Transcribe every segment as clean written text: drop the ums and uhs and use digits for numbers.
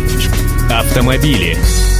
Автомобили.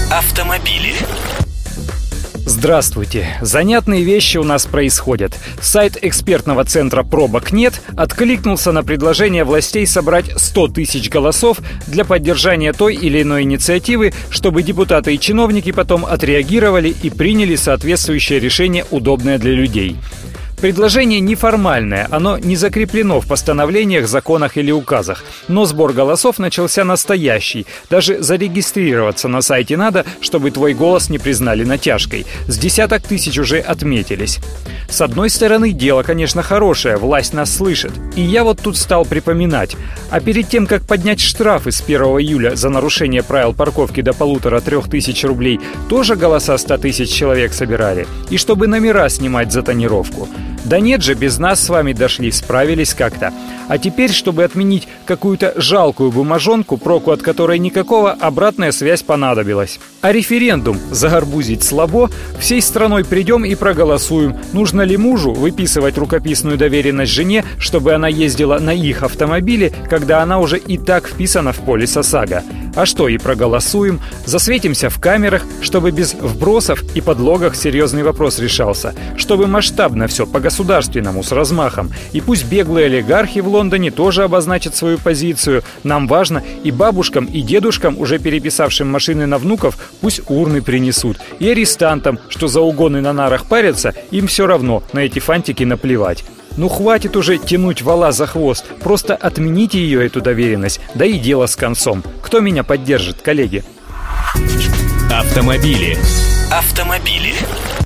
Здравствуйте! Занятные вещи у нас происходят. Сайт экспертного центра «Пробок нет» откликнулся на предложение властей собрать 100 тысяч голосов для поддержания той или иной инициативы, чтобы депутаты и чиновники потом отреагировали и приняли соответствующее решение, удобное для людей. Предложение неформальное, оно не закреплено в постановлениях, законах или указах. Но сбор голосов начался настоящий. Даже зарегистрироваться на сайте надо, чтобы твой голос не признали натяжкой. С десяток тысяч уже отметились. С одной стороны, дело, конечно, хорошее, власть нас слышит. И я вот тут стал припоминать. А перед тем, как поднять штрафы с 1 июля за нарушение правил парковки до 1,5–3 тысяч рублей, тоже голоса 100 тысяч человек собирали. И чтобы номера снимать за тонировку. Да нет же, без нас с вами дошли, справились как-то. А теперь, чтобы отменить какую-то жалкую бумажонку, проку от которой никакого, обратная связь понадобилась. А референдум загорбузить слабо, всей страной придем и проголосуем, нужно ли мужу выписывать рукописную доверенность жене, чтобы она ездила на их автомобиле, когда она уже и так вписана в полис ОСАГО. А что, и проголосуем, засветимся в камерах, чтобы без вбросов и подлогов серьезный вопрос решался, чтобы масштабно все по-государственному, с размахом. И пусть беглые олигархи в Лондоне тоже обозначат свою позицию. Нам важно, и бабушкам, и дедушкам, уже переписавшим машины на внуков, пусть урны принесут. И арестантам, что за угоны на нарах парятся, им все равно, на эти фантики наплевать. Ну хватит уже тянуть вола за хвост, просто отмените ее, эту доверенность, да и дело с концом. Кто меня поддержит, коллеги? Автомобили.